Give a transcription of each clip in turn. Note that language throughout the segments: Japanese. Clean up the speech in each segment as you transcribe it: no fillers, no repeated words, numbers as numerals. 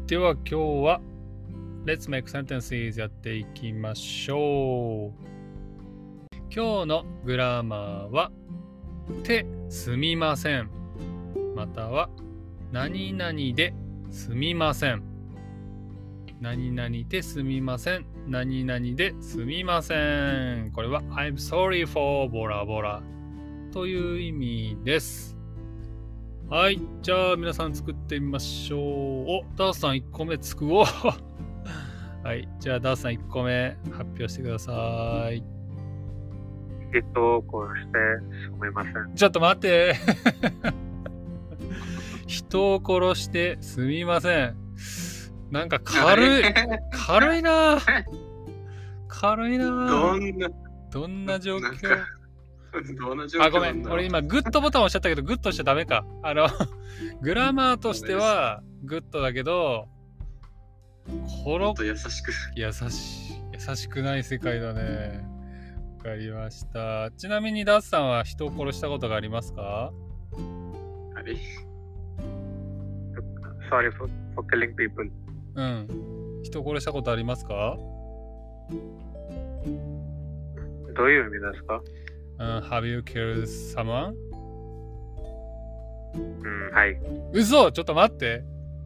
では今日は Let's make sentences やっていきましょう。今日のグラマーはすみません、または何々ですみません、何々ですみません、何々ですみません。これは I'm sorry for ボラボラという意味です。はい、じゃあ皆さん作ってみましょう。お、ダースさん1個目作ろう。はい、じゃあダースさん1個目発表してください。 人を殺してすみません。 ちょっと待って。人を殺してすみません。なんか軽いな。軽いな。どんな状況？あ、ごめん。俺今グッドボタン押しちゃったけど、グッドしちゃダメか。グラマーとしてはグッドだけど、 もっと優しく。 優しくない世界だね。わかりました。ちなみにダースさんは人を殺したことがありますか？ あれ Sorry for killing people. うん。人を殺したことありますか？ どういう意味ですか ？Have you killed someone? はい。 嘘！ちょっと待って。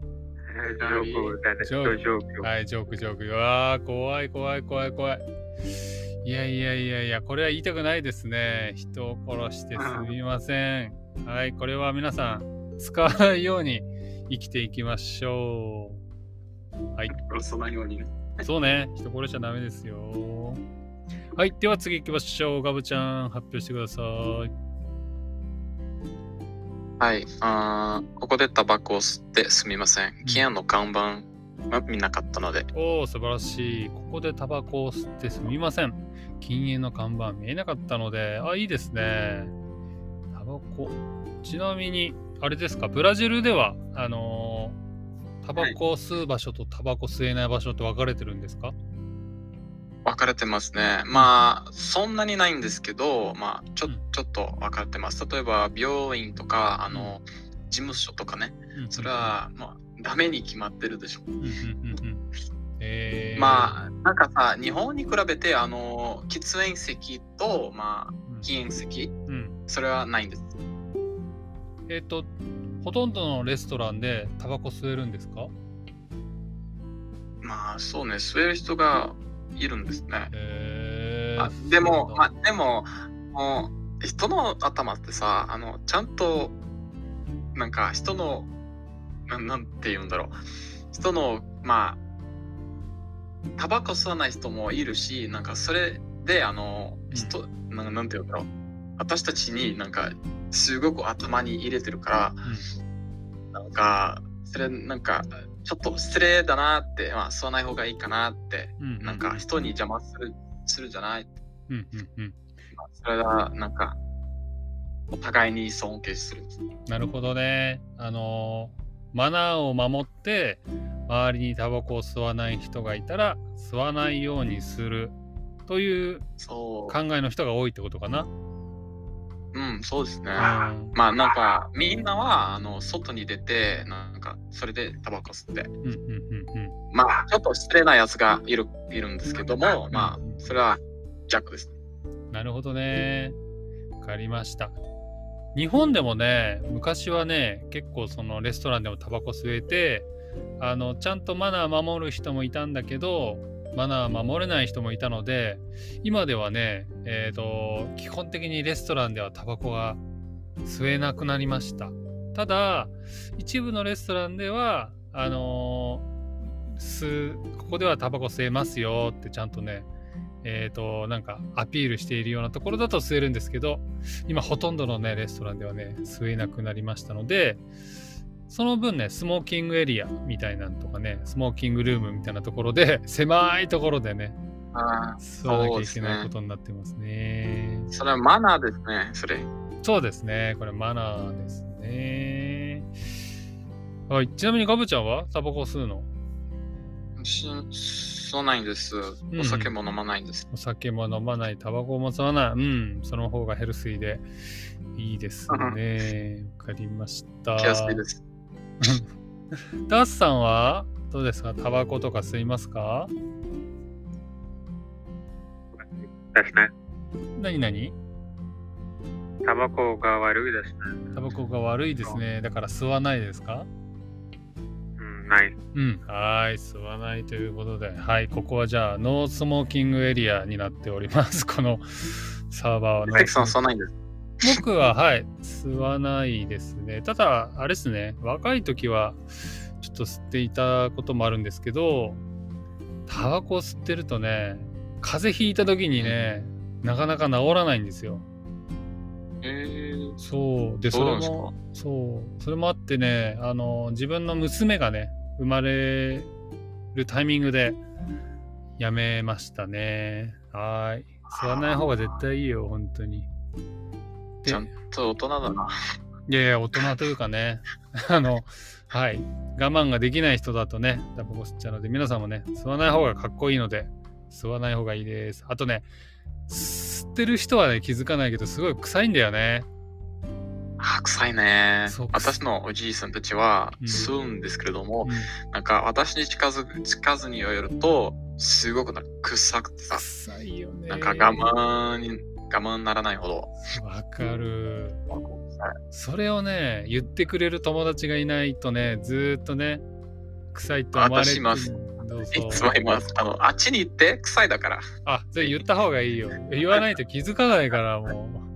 ジョーク。 はい、ジョーク。うわー、怖い。いや、これは言いたくないですね。人を殺してすみません。はい、これは皆さん使わないように生きていきましょう。はい。 殺さないようにね。 そうね、人殺しちゃダメですよ。はい、では次行きましょう。ガブちゃん、発表してください。 はい、ここでタバコを吸ってすみません。禁煙の看板は見なかったので。 おー、素晴らしい。ここでタバコを吸ってすみません。禁煙の看板見えなかったので、いいですね。タバコ。ちなみに、あれですか、ブラジルでは、タバコを吸う場所とタバコ吸えない場所って分かれてるんですか？ 分かれてますね。まあそんなにないんですけど、まあちょっと分かれてます。例えば病院とか事務所とかね、それはまあダメに決まってるでしょ。まあなんかさ、日本に比べて喫煙席とまあ禁煙席、それはないんです。 ほとんどのレストランでタバコ吸えるんですか？ まあそうね、吸える人がいるんですね。でももう人の頭ってさ、ちゃんとなんか人のなんて言うんだろう、人のまあタバコ吸わない人もいるし、なんかそれで人なんて言うんだろう、私たちになんかすごく頭に入れてるから、なんかそれなんかちょっと失礼だなって、まあ吸わない方がいいかなって、なんか人に邪魔するじゃない。それはなんかお互いに尊敬する。 なるほどね。マナーを守って周りにタバコを吸わない人がいたら吸わないようにするという考えの人が多いってことかな。 そうですね。まあなんかみんなは外に出てなんかそれでタバコ吸って、まあちょっと失礼なやつがいるんですけども、まあそれは逆です。 なるほどね。わかりました。日本でもね、昔はね、結構そのレストランでもタバコ吸えて、ちゃんとマナー守る人もいたんだけど、マナー守れない人もいたので、今ではね、基本的にレストランではタバコが吸えなくなりました。ただ、一部のレストランでは、ここではタバコ吸えますよってちゃんとね、なんかアピールしているようなところだと吸えるんですけど、今ほとんどのね、レストランではね、吸えなくなりましたので、その分ね、スモーキングエリアみたいなのとかね、スモーキングルームみたいなところで、狭いところでね、吸わなきゃいけないことになってますね。 それはマナーですね、それ。 そうですね、これマナーですね。はい、ちなみにガブちゃんはタバコ吸うの？ 吸わないんです。お酒も飲まないんです。 お酒も飲まない、タバコも吸わない。その方がヘルシーでいいですね。わかりました。 気安いです。 ダースさんはどうですか？タバコとか吸いますか？ ですね。 何タバコが悪いですね。 タバコが悪いですね。だから吸わないですか？ ない。 はい、吸わないということで、はい、ここはじゃあノースモーキングエリアになっております。このサーバーはノースモーキング。 さん吸わないんです。 僕は、はい、吸わないですね。ただ、あれですね、若い時はちょっと吸っていたこともあるんですけど、タバコを吸ってるとね、風邪ひいた時にね、なかなか治らないんですよ。そう。で、それもあってね、自分の娘がね、生まれるタイミングでやめましたね。はい。吸わない方が絶対いいよ、本当に。 ちゃんと大人だな。 いやいや、大人というかね、はい。我慢ができない人だとね、タバコ吸っちゃうので、皆さんもね、吸わない方がかっこいいので、吸わない方がいいです。あとね、吸ってる人はね、気づかないけど、すごい臭いんだよね。 臭いね。私のおじいさんたちは吸うんですけれども、なんか私に近づに寄ると、すごく臭くてさ、 臭いよね。 なんか我慢ならないほど。 わかる。それをね、言ってくれる友達がいないとね、ずーっとね、臭いと思われてる。 私います。いつもいます。あっちに行って臭いだから。 あ、それ言った方がいいよ。言わないと気づかないからもう。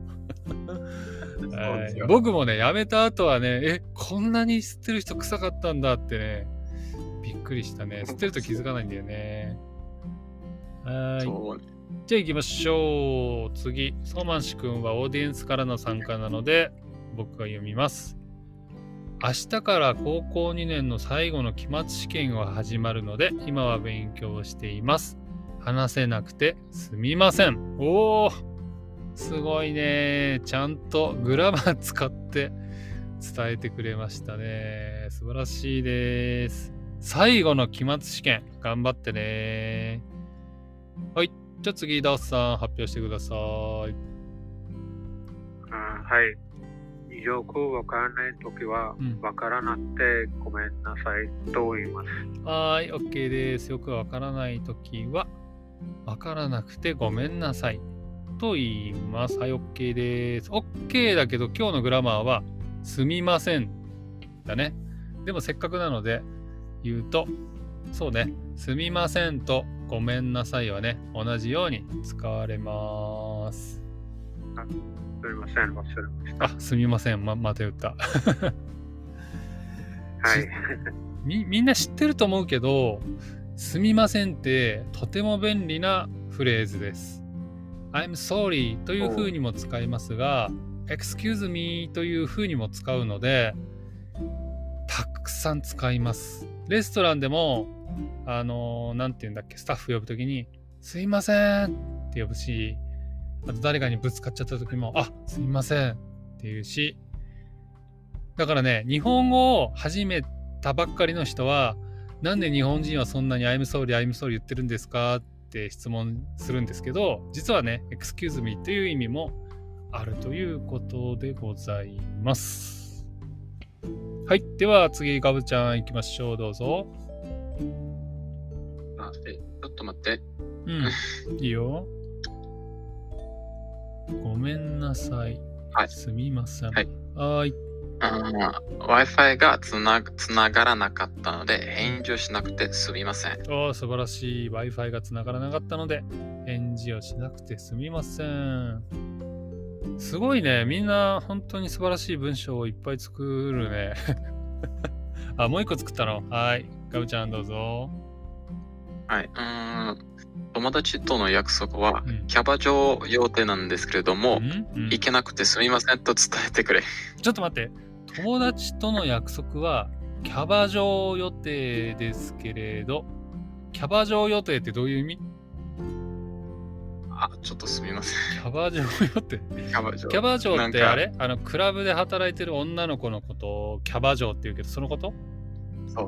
僕もね、やめた後はね、こんなに吸ってる人臭かったんだってね、びっくりしたね。吸ってると気づかないんだよね。はい。じゃあ行きましょう。次、ソーマンシ君はオーディエンスからの参加なので、僕が読みます。明日から高校2年の最後の期末試験が始まるので、今は勉強をしています。話せなくてすみません。おー、すごいね。ちゃんとグラマー使って伝えてくれましたね。素晴らしいです。最後の期末試験、頑張ってね。はい。じゃあ次、ダースさん発表してください。 はい。よくわからないときは、わからなくてごめんなさいと言います。 はい、OK です。よくわからないときは、わからなくてごめんなさいと言います。はい、OK です。OK だけど、今日のグラマーは、すみませんだね。でもせっかくなので言うと、そうね、すみませんとごめんなさいはね、同じように使われます。 すみません、忘れました。 すみません、また言った。 はい。 みんな知ってると思うけど、すみませんってとても便利なフレーズです。I'm sorry という風にも使いますが、excuse me という風にも使うので、たくさん使います。レストランでも、なんて言うんだっけ、スタッフ呼ぶときに、すいませんって呼ぶし、あと誰かにぶつかっちゃった時も、すいませんって言うし、だからね、日本語を始めたばっかりの人は、なんで日本人はそんなに I'm sorry 言ってるんですかって質問するんですけど、実はね、excuse me という意味もあるということでございます。はい、では次、ガブちゃん行きましょう。どうぞ。 ちょっと待って。 いいよ。ごめんなさい。 はい。 すみません。 はい。 Wi-Fi がつながらなかったので返事をしなくてすみません。 素晴らしい。Wi-Fi がつながらなかったので返事をしなくてすみません。すごいね。みんな本当に素晴らしい文章をいっぱい作るね。もう一個作ったの。はい。ガブちゃんどうぞ。 はい。友達との約束はキャバ嬢予定なんですけれども、行けなくてすみませんと伝えてくれ。 ちょっと待って。友達との約束はキャバ嬢予定ですけれど、キャバ嬢予定ってどういう意味？ ちょっとすみません。 キャバ嬢予定。キャバ嬢ってあれ？クラブで働いてる女の子のことをキャバ嬢って言うけど、そのこと？ そう。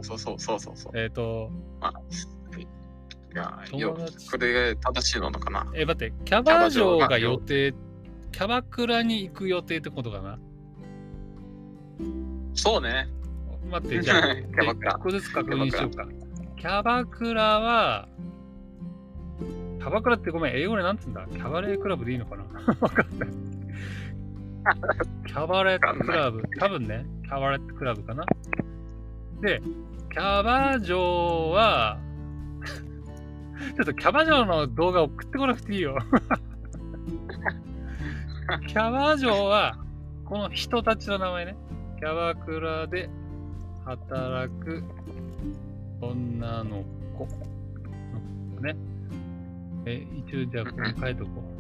これが正しいのかな？ 待って、キャバ嬢が予定、キャバクラに行く予定ってことかな？ そうね。 待って、じゃあ、 キャバクラ。 1個ずつ確認しようか。 キャバクラは、キャバクラってごめん、英語でなんつうんだ？キャバレークラブでいいのかな？わかんない。キャバレークラブ。多分ね、キャバレークラブかな。で、キャバ嬢は、ちょっとキャバ嬢の動画送ってこなくていいよ。キャバ嬢は、この人たちの名前ね。キャバクラで働く女の子。ね。一応じゃあここに書いとこ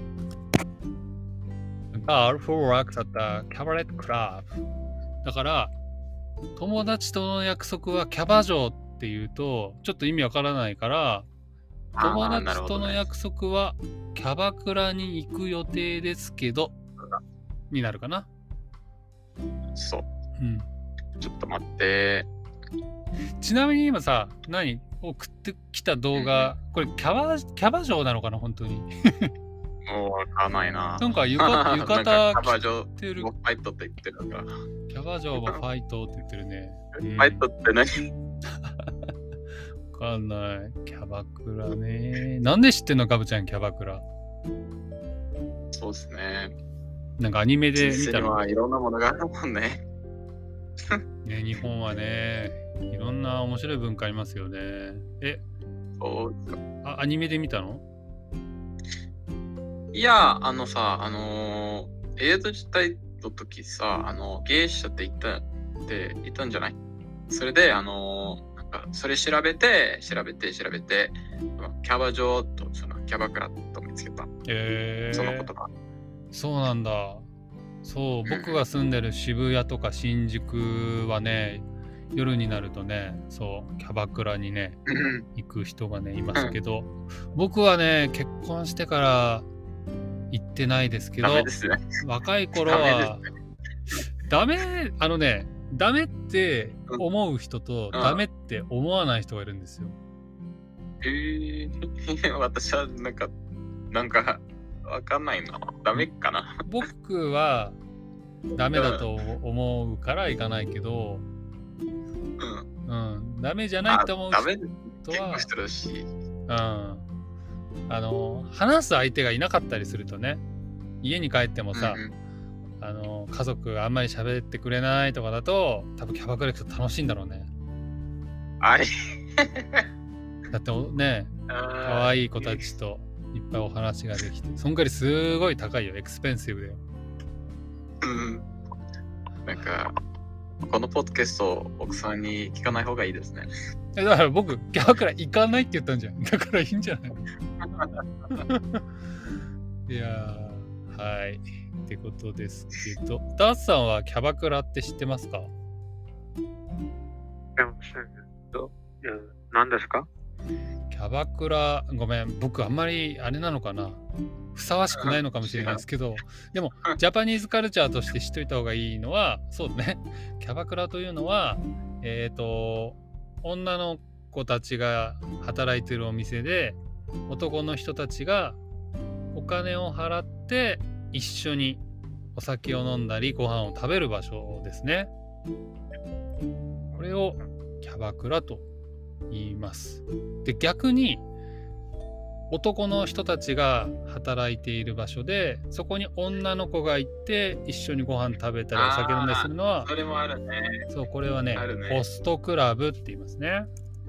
う。Girl who works at the cabaret club。だから、友達との約束はキャバ嬢っていうと、ちょっと意味わからないから、友達との約束はキャバクラに行く予定ですけど、になるかな。 そう。 うん。 ちょっと待って。 ちなみに今さ、送ってきた動画、これキャバ嬢なのかな、本当に。 もうわかんないな。 なんか浴衣キャバ嬢もファイトって言ってるから。 キャバ嬢もファイトって言ってるね。 ファイトって何？ わかんない。キャバクラね。なんで知ってんの、ガブちゃん、キャバクラ。 そうですね。 なんかアニメで見たの。 いろんなものがあるもんね。 ね、日本はね、いろんな面白い文化ありますよね。 そうですか。アニメで見たの？ いや、映像自体の時さ、芸者って言ったんじゃない？それで、なんか、それ調べて、キャバ嬢と、キャバクラと見つけた。その言葉。 そうなんだ。そう、僕が住んでる渋谷とか新宿はね、夜になるとね、そう、キャバクラにね、行く人がね、いますけど、僕はね、結婚してから行ってないですけど、 ダメですね、 若い頃は、ダメって思う人と、ダメって思わない人がいるんですよ。 私はなんか、わかんないな。ダメかな。 僕はダメだと思うから行かないけど、ダメじゃないと思う人は、話す相手がいなかったりするとね、家に帰ってもさ、家族があんまり喋ってくれないとかだと、多分キャバクラ行くと楽しいんだろうね。だってね、可愛い子たちといっぱいお話ができて、そんかりすごい高いよ、エクスペンシブだよ。 なんか、このポッドキャスト奥さんに聞かない方がいいですね。 だから僕、キャバクラ行かないって言ったんじゃん。だからいいんじゃない？いやー、はい。ってことですけど、ダースさんはキャバクラって知ってますか？ 何ですか？ キャバクラ、ごめん、僕あんまりあれなのかな、ふさわしくないのかもしれないですけど、でもジャパニーズカルチャーとして知っといた方がいいのは、そうね、キャバクラというのは、女の子たちが働いてるお店で、男の人たちがお金を払って一緒にお酒を飲んだりご飯を食べる場所ですね。これをキャバクラと言います。で、逆に男の人たちが働いている場所で、そこに女の子が行って一緒にご飯食べたりお酒飲んだりするのは、 それもあるね。 そう、これはね、ホストクラブって言いますね。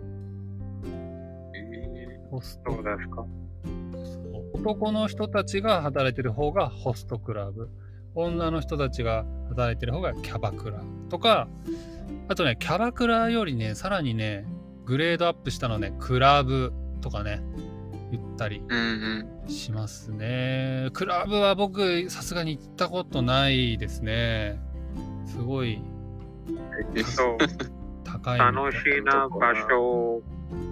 ホストですか？ 男の人たちが働いてる方がホストクラブ、女の人たちが働いてる方がキャバクラとか、あとね、キャバクラよりね、さらにね、グレードアップしたのね、クラブとかね、言ったりしますね。クラブは僕、さすがに行ったことないですね。すごい高い。 楽しいな場所を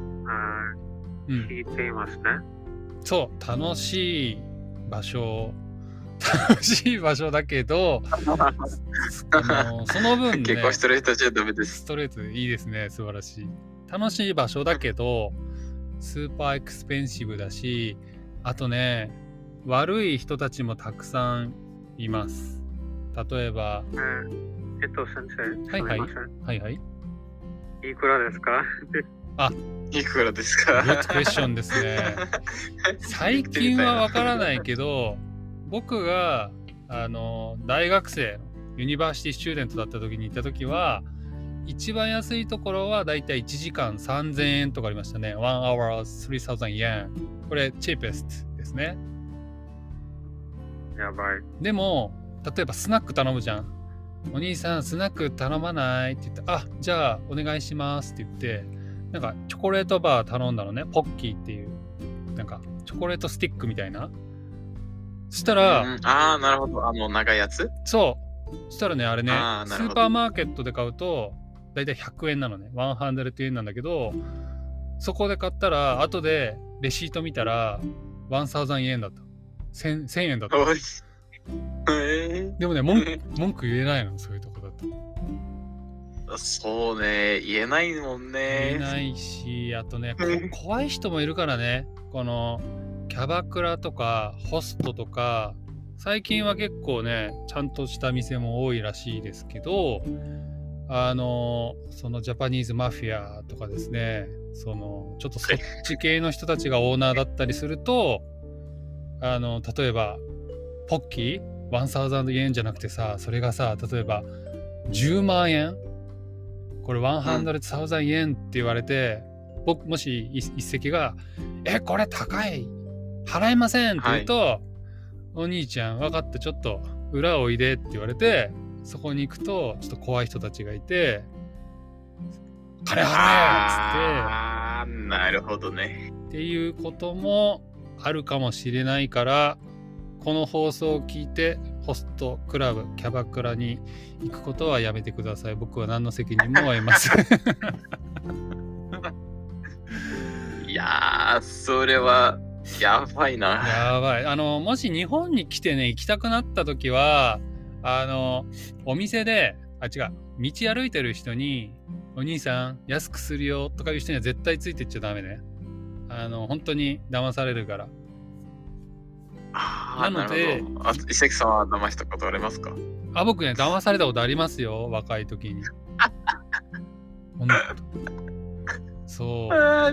聞いていますね。 そう、楽しい場所だけど、その分ね、 結構ストレートじゃダメです。 ストレートいいですね、素晴らしい。楽しい場所だけど、スーパーエクスペンシブだし、あとね、悪い人たちもたくさんいます。例えば、 先生、 はいはい。 いくらですか？ いくらですか？ グッドクエスチョンですね。最近はわからないけど、僕が大学生のユニバーシティスチューデントだった時に行った時は、一番安いところはだいたい1時間3000円とかありましたね。1 hour 3000 yen。これ、チーペストですね。 やばい。 でも、例えばスナック頼むじゃん。お兄さん、スナック頼まないって言って、あ、じゃあお願いしますって言って、なんかチョコレートバー頼んだのね。ポッキーっていう、なんかチョコレートスティックみたいな。そしたら、 なるほど。長いやつ？ そう。そしたらね、あれね、スーパーマーケットで買うと、だいたい100円なのね。100円なんだけど、そこで買ったら、後でレシート見たら、1000円だった。1000円だった。でもね、文句言えないの、そういうとこだと。 そうね、言えないもんね。 言えないし、あとね、怖い人もいるからね。このキャバクラとかホストとか、最近は結構ね、ちゃんとした店も多いらしいですけど、そのジャパニーズマフィアとかですね、ちょっとそっち系の人たちがオーナーだったりすると、例えばポッキー1000円じゃなくてさ、それがさ、例えば10万円、これ100,000円って言われて、僕もし一席がこれ高い、払えませんって言うと、はい、お兄ちゃん分かった、ちょっと裏おいでって言われて、そこに行くとちょっと怖い人たちがいて、金払えっつって、 なるほどねっていうこともあるかもしれないから、この放送を聞いてホストクラブキャバクラに行くことはやめてください。僕は何の責任も負いません。 いやー、それはやばいな。 やばい。もし日本に来てね、行きたくなった時は、お店で、道歩いてる人に、お兄さん安くするよとかいう人には絶対ついてっちゃダメね。本当に騙されるから。 なので、伊関さんは騙したことありますか？ 僕ね、騙されたことありますよ、若い時に。本当。そう。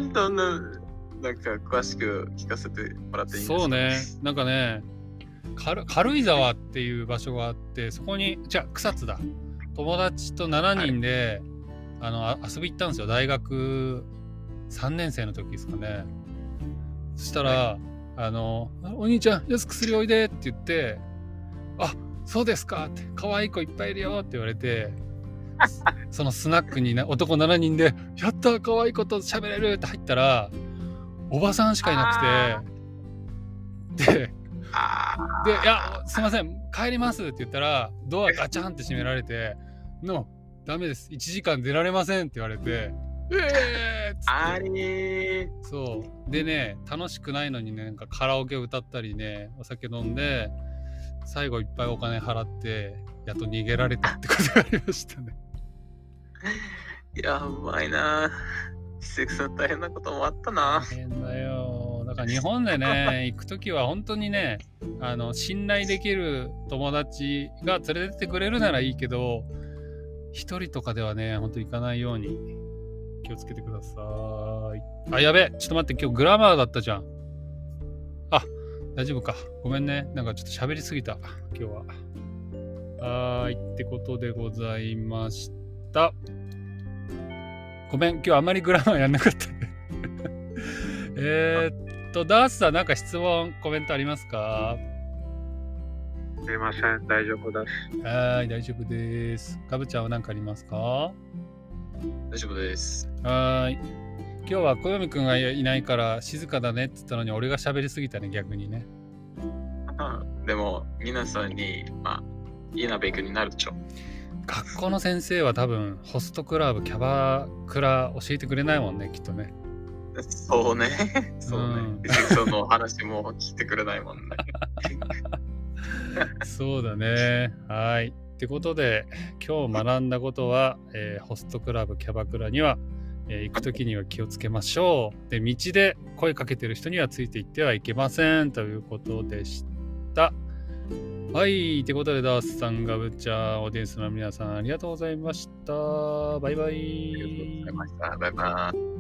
どんな、なんか詳しく聞かせてもらっていいですか？ そうね、なんかね、軽井沢っていう場所があって、そこに、草津だ。友達と7人で、遊び行ったんですよ。大学3年生の時ですかね。そしたら、お兄ちゃん安くするおいでって言って、そうですかって、可愛い子いっぱいいるよって言われて、そのスナックにね、男7人で、やったー、可愛い子と喋れるって入ったら、おばさんしかいなくて、で、いや、すいません、帰りますって言ったら、ドアガチャンって閉められて、ダメです、1時間出られませんって言われて、っつって。そうでね、楽しくないのにね、なんかカラオケ歌ったりね、お酒飲んで、最後いっぱいお金払ってやっと逃げられたってことがありましたね。 やばいな。伊関さん大変なこともあったな。 大変だよ。だから日本でね行くときは本当にね、信頼できる友達が連れてってくれるならいいけど、一人とかではね、本当行かないように気をつけてください。やべえ、ちょっと待って、今日グラマーだったじゃん。大丈夫か。ごめんね。なんかちょっと喋りすぎた、今日は。ってことでございました。ごめん、今日あんまりグラマーやんなかった。ダースさん、なんか質問、コメントありますか？ すいません、大丈夫です。 大丈夫です。かぶちゃんは何かありますか？ 大丈夫です。 今日は小読くんがいないから静かだねって言ったのに、俺が喋りすぎたね、逆にね。 でも皆さんにいいな勉強になるでしょ。 学校の先生は多分ホストクラブキャバクラ教えてくれないもんね、きっとね。 そうね。その話も聞いてくれないもんね。 そうだね。はい。ってことで今日学んだことは、ホストクラブキャバクラには行くときには気をつけましょう。で、道で声かけてる人にはついていってはいけませんということでした。はい。ということで、ダースさん、ガブちゃん、オーディエンスの皆さん、ありがとうございました。バイバイ。 ありがとうございました。バイバイ。